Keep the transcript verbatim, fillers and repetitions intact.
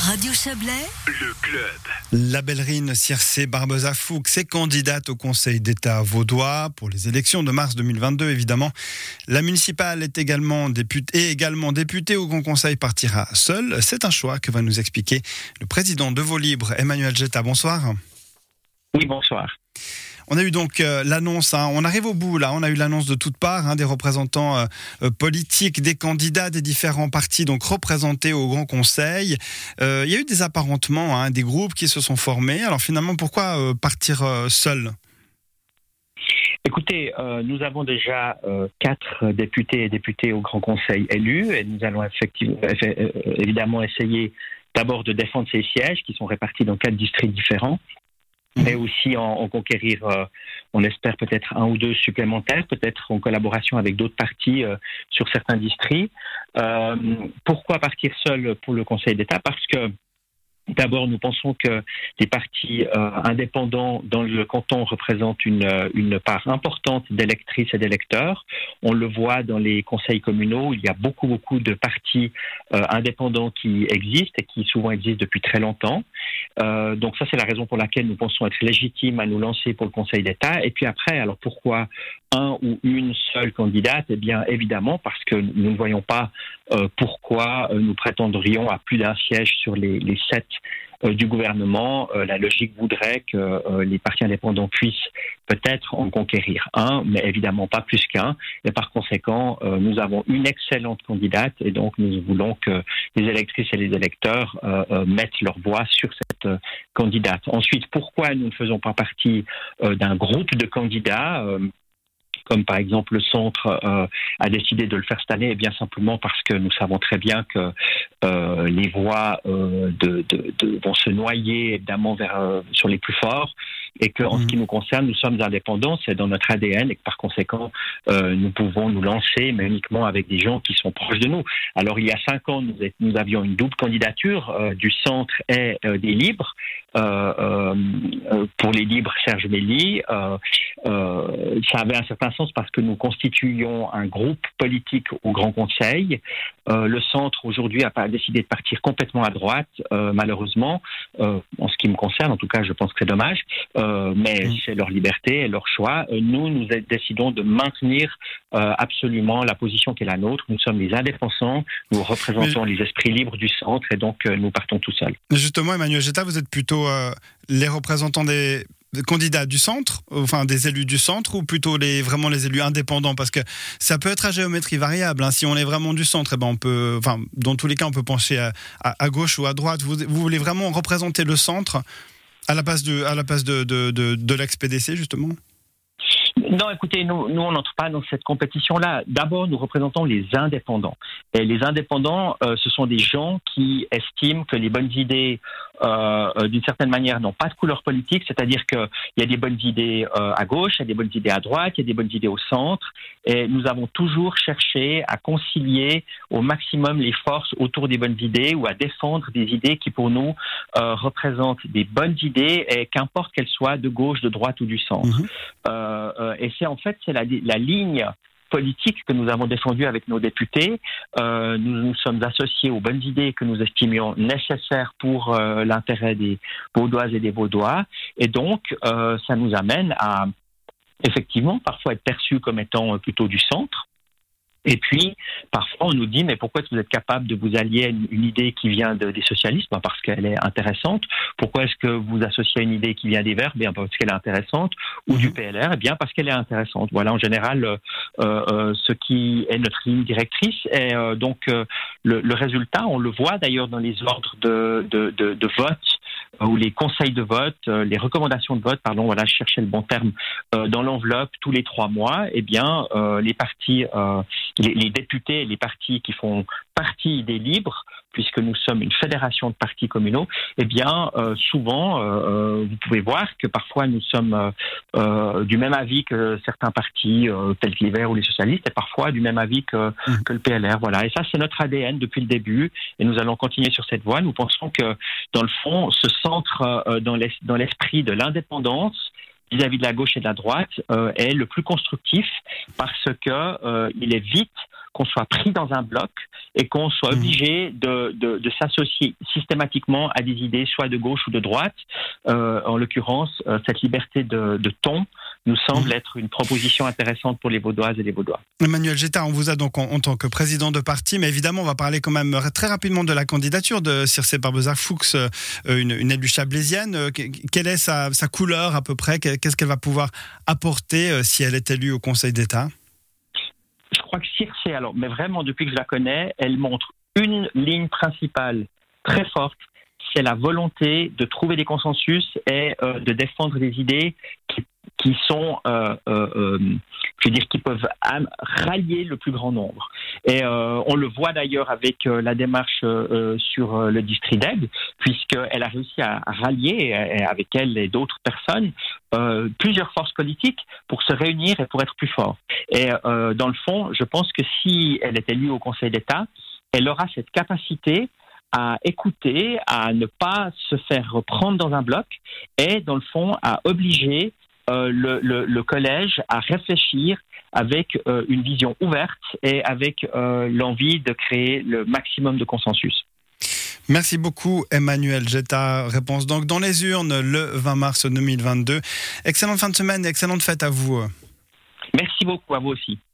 Radio Chablais, le club. La Bellerine Circé Barbeza-Fuchs est candidate au Conseil d'État vaudois pour les élections de mars deux mille vingt-deux, évidemment. La municipale est également députée, et également députée au Grand Conseil partira seule. C'est un choix que va nous expliquer le président de Vaud Libre, Emmanuel Getta. Bonsoir. Oui, bonsoir. On a eu donc euh, l'annonce, hein, on arrive au bout là, on a eu l'annonce de toutes parts, hein, des représentants euh, euh, politiques, des candidats des différents partis donc représentés au Grand Conseil. Euh, il y a eu des apparentements, hein, des groupes qui se sont formés. Alors finalement, pourquoi euh, partir euh, seul ? Écoutez, euh, nous avons déjà euh, quatre députés et députées au Grand Conseil élus et nous allons effectivement, euh, évidemment essayer d'abord de défendre ces sièges qui sont répartis dans quatre districts différents. Mais aussi en, en conquérir, euh, on espère peut-être un ou deux supplémentaires, peut-être en collaboration avec d'autres partis euh, sur certains districts. Euh, pourquoi partir seul pour le Conseil d'État ? Parce que d'abord, nous pensons que les partis euh, indépendants dans le canton représentent une, une part importante d'électrices et d'électeurs. On le voit dans les conseils communaux, il y a beaucoup, beaucoup de partis euh, indépendants qui existent et qui souvent existent depuis très longtemps. Euh, donc ça, c'est la raison pour laquelle nous pensons être légitimes à nous lancer pour le Conseil d'État. Et puis après, alors pourquoi un ou une seule candidate ? Eh bien, évidemment, parce que nous ne voyons pas euh, pourquoi euh, nous prétendrions à plus d'un siège sur les, les sept euh, du gouvernement. Euh, la logique voudrait que euh, les partis indépendants puissent peut-être en conquérir un, mais évidemment pas plus qu'un. Et par conséquent, euh, nous avons une excellente candidate et donc nous voulons que les électrices et les électeurs euh, euh, mettent leur voix sur cette euh, candidate. Ensuite, pourquoi nous ne faisons pas partie euh, d'un groupe de candidats euh, comme par exemple le centre euh, a décidé de le faire cette année, et bien simplement parce que nous savons très bien que euh, les voix euh, de, de, de, vont se noyer évidemment vers, euh, sur les plus forts, et qu'en mmh. ce qui nous concerne, nous sommes indépendants, c'est dans notre A D N, et que par conséquent, euh, nous pouvons nous lancer, mais uniquement avec des gens qui sont proches de nous. Alors il y a cinq ans, nous, nous avions une double candidature euh, du centre et euh, des libres. Euh, euh, pour les libres, Serge Mély, euh, euh, ça avait un certain sens parce que nous constituions un groupe politique au Grand Conseil. Euh, le centre aujourd'hui a pas décidé de partir complètement à droite, euh, malheureusement. Euh, en ce qui me concerne, en tout cas, je pense que c'est dommage, euh, mais mmh. c'est leur liberté et leur choix. Euh, nous, nous décidons de maintenir euh, absolument la position qui est la nôtre. Nous sommes les indépendants, nous représentons mais... les esprits libres du centre et donc euh, nous partons tout seuls. Justement, Emmanuel Getta, vous êtes plutôt euh, les représentants des... des candidats du centre, enfin des élus du centre, ou plutôt les, vraiment les élus indépendants, parce que ça peut être à géométrie variable, hein. Si on est vraiment du centre, eh ben on peut, enfin, dans tous les cas, on peut pencher à, à, à gauche ou à droite. Vous, vous voulez vraiment représenter le centre à la place de, à la place de, de, de, de l'ex-P D C, justement ? Non, écoutez, nous, nous on n'entre pas dans cette compétition-là. D'abord, nous représentons les indépendants. Et les indépendants, euh, ce sont des gens qui estiment que les bonnes idées, euh, d'une certaine manière, n'ont pas de couleur politique. C'est-à-dire qu'il y a des bonnes idées euh, à gauche, il y a des bonnes idées à droite, il y a des bonnes idées au centre. Et nous avons toujours cherché à concilier au maximum les forces autour des bonnes idées ou à défendre des idées qui, pour nous, euh, représentent des bonnes idées, et qu'importe qu'elles soient de gauche, de droite ou du centre. Mmh. Euh, euh, et c'est en fait c'est la, la ligne politique que nous avons défendue avec nos députés. Euh, nous nous sommes associés aux bonnes idées que nous estimions nécessaires pour euh, l'intérêt des Vaudoises et des Vaudois. Et donc, euh, ça nous amène à, effectivement, parfois être perçus comme étant plutôt du centre. Et puis, parfois, on nous dit, mais pourquoi est-ce que vous êtes capable de vous allier à une, une idée qui vient de, des socialistes ? Ben parce qu'elle est intéressante. Pourquoi est-ce que vous associez à une idée qui vient des Verts ? Bien parce qu'elle est intéressante. Ou mmh. du P L R ? Eh bien parce qu'elle est intéressante. Voilà, en général, euh, euh, ce qui est notre ligne directrice. Et euh, donc, euh, le, le résultat, on le voit d'ailleurs dans les ordres de, de, de, de vote, ou les conseils de vote, euh, les recommandations de vote, pardon, voilà, je cherchais le bon terme, euh, dans l'enveloppe tous les trois mois, eh bien, euh, les partis, euh, les, les députés et les partis qui font partie des libres, puisque nous sommes une fédération de partis communaux, eh bien, euh, souvent, euh, vous pouvez voir que parfois nous sommes euh, euh, du même avis que certains partis, euh, tels que les Verts ou les socialistes, et parfois du même avis que, mmh. que le P L R. Voilà. Et ça, c'est notre A D N depuis le début, et nous allons continuer sur cette voie. Nous pensons que, dans le fond, ce centre euh, dans, l'es- dans l'esprit de l'indépendance, vis-à-vis de la gauche et de la droite, euh, est le plus constructif, parce que euh, il évite qu'on soit pris dans un bloc et qu'on soit Mmh. obligé de, de, de s'associer systématiquement à des idées, soit de gauche ou de droite. Euh, en l'occurrence, euh, cette liberté de, de ton nous semble Mmh. être une proposition intéressante pour les Vaudoises et les Vaudois. Emmanuel Getta, on vous a donc en, en tant que président de parti, mais évidemment, on va parler quand même très rapidement de la candidature de Circé Barbeza-Fuchs, euh, une, une élue chablaisienne. Euh, quelle est sa, sa couleur à peu près? Qu'est-ce qu'elle va pouvoir apporter euh, si elle est élue au Conseil d'État? Je crois que Circé, alors, mais vraiment depuis que je la connais, elle montre une ligne principale très forte, c'est la volonté de trouver des consensus et euh, de défendre des idées qui, qui sont, euh, euh, euh, je veux dire, qui peuvent am- rallier le plus grand nombre. Et euh, on le voit d'ailleurs avec euh, la démarche euh, sur euh, le district d'Aigues, puisqu'elle a réussi à, à rallier, et avec elle et d'autres personnes, euh, plusieurs forces politiques pour se réunir et pour être plus forts. Et euh, dans le fond, je pense que si elle est élue au Conseil d'État, elle aura cette capacité à écouter, à ne pas se faire reprendre dans un bloc et, dans le fond, à obliger euh, le, le, le collège à réfléchir avec euh, une vision ouverte et avec euh, l'envie de créer le maximum de consensus. Merci beaucoup Emmanuel Getta. Réponse donc dans les urnes le vingt mars deux mille vingt-deux. Excellente fin de semaine et excellente fête à vous. Merci beaucoup, à vous aussi.